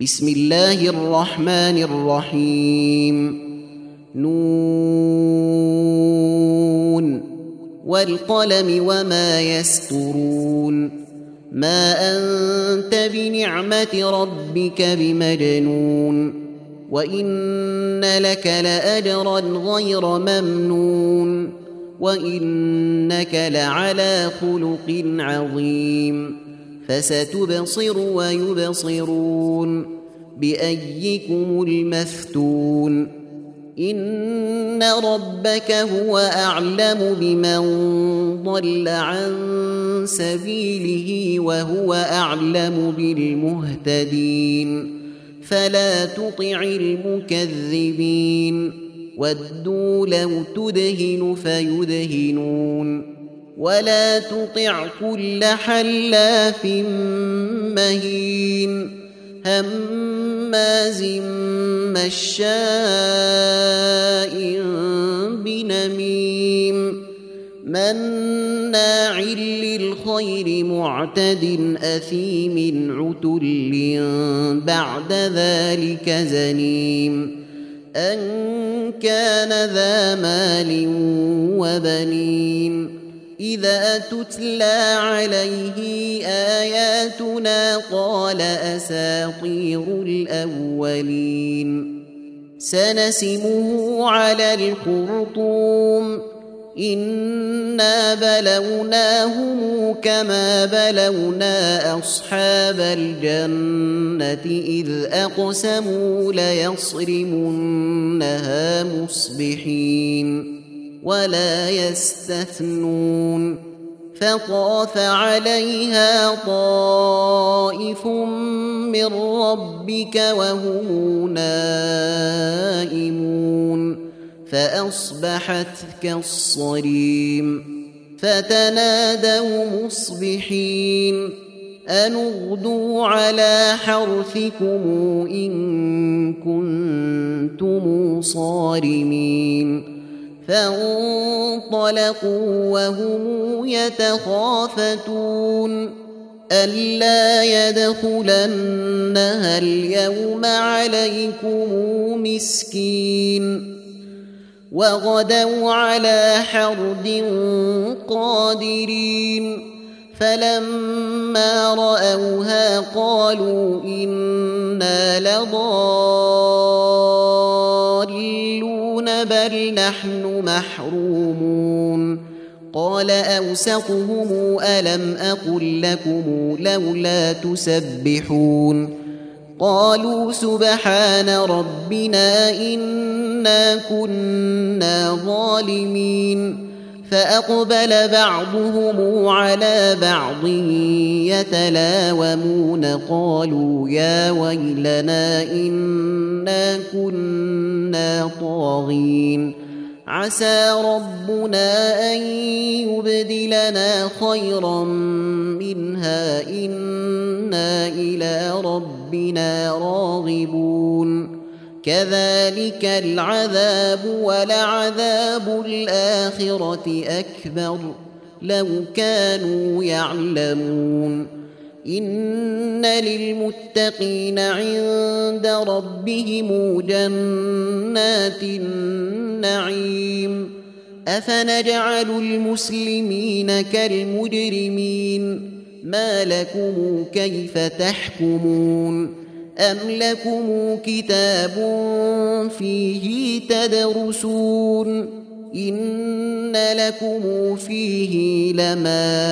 بسم الله الرحمن الرحيم. نون والقلم وما يسطرون. ما أنت بنعمة ربك بمجنون. وإن لك لأجرا غير ممنون. وإنك لعلى خلق عظيم. فستبصر ويبصرون بأيكم المفتون. إن ربك هو أعلم بمن ضل عن سبيله وهو أعلم بالمهتدين. فلا تطع المكذبين. ودوا لو تدهن فيدهنون. ولا تطع كل حلاف مهين هماز مشاء بنميم مناع للخير معتد أثيم عتل بعد ذلك زنيم أن كان ذا مال وبنين. إذا تتلى عليه آياتنا قال أساطير الأولين. سنسمه على الخرطوم. إنا بلوناهم كما بلونا أصحاب الجنة إذ أقسموا ليصرمنها مصبحين ولا يستثنون. فطاف عليها طائف من ربك وهم نائمون فأصبحت كالصريم. فتنادوا مصبحين أن اغدوا على حرثكم إن كنتم صارمين. فانطلقوا وهم يتخافتون ألا يدخلنها اليوم عليكم مسكين. وغدوا على حرد قادرين. فلما رأوها قالوا إنا لضالون بل نحن محرومون. قال أوسطهم ألم أقل لكم لولا تسبحون. قالوا سبحان ربنا إنا كنا ظالمين. فأقبل بعضهم على بعض يتلاومون قالوا يا ويلنا إنا كنا طاغين. عسى ربنا أن يبدلنا خيرا منها إنا إلى ربنا راغبون. كذلك العذاب ولعذاب الآخرة أكبر لو كانوا يعلمون. إن للمتقين عند ربهم جنات النعيم. أفنجعل المسلمين كالمجرمين ما لكم كيف تحكمون. أم لكم كتاب فيه تدرسون إن لكم فيه لما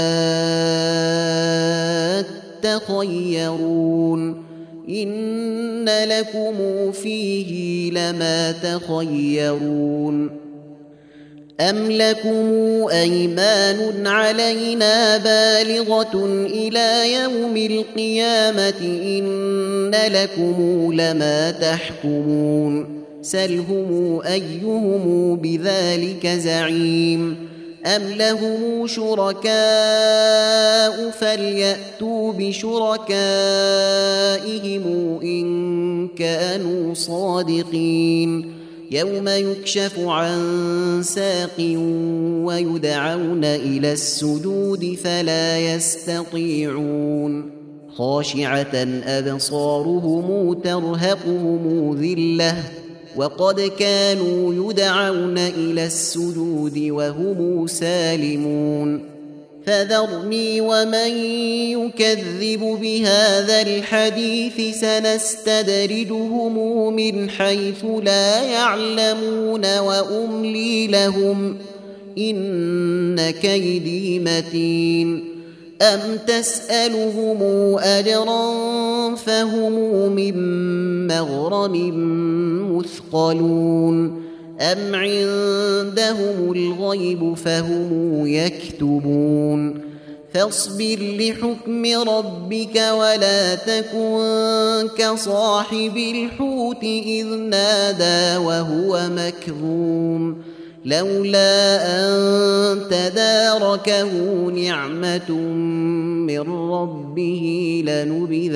تخيرون. إن لكم فيه لما تخيرون. أم لكم أيمان علينا بالغة إلى يوم القيامة إن لكم لما تحكمون. سلهم أيهم بذلك زعيم. أم لهم شركاء فليأتوا بشركائهم إن كانوا صادقين. يوم يكشف عن ساق ويدعون إلى السجود فلا يستطيعون. خاشعة أبصارهم ترهقهم ذلة وقد كانوا يدعون إلى السجود وهم سالمون فذرني ومن يكذب بهذا الحديث سنستدرجهم من حيث لا يعلمون وأملي لهم إن كيدي متين أم تسألهم أجرا فهم من مغرم مثقلون أم عندهم الغيب فهم يكتبون فاصبر لحكم ربك ولا تكن كصاحب الحوت إذ نادى وهو مكظوم لولا أن تداركه نعمة من ربه لنبذ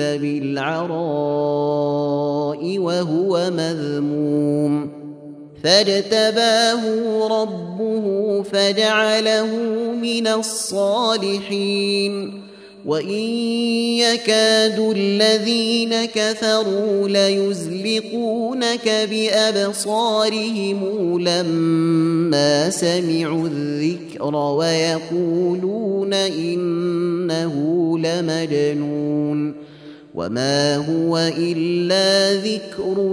بالعراء وهو مذموم فاجتباه ربه فجعله من الصالحين وإن يكاد الذين كفروا ليزلقونك بأبصارهم لما سمعوا الذكر ويقولون إنه لمجنون وما هو إلا ذكر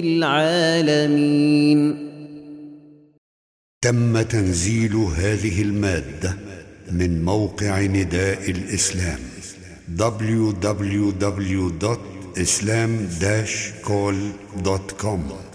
للعالمين. تم تنزيل هذه المادة من موقع نداء الإسلام www.islam-call.com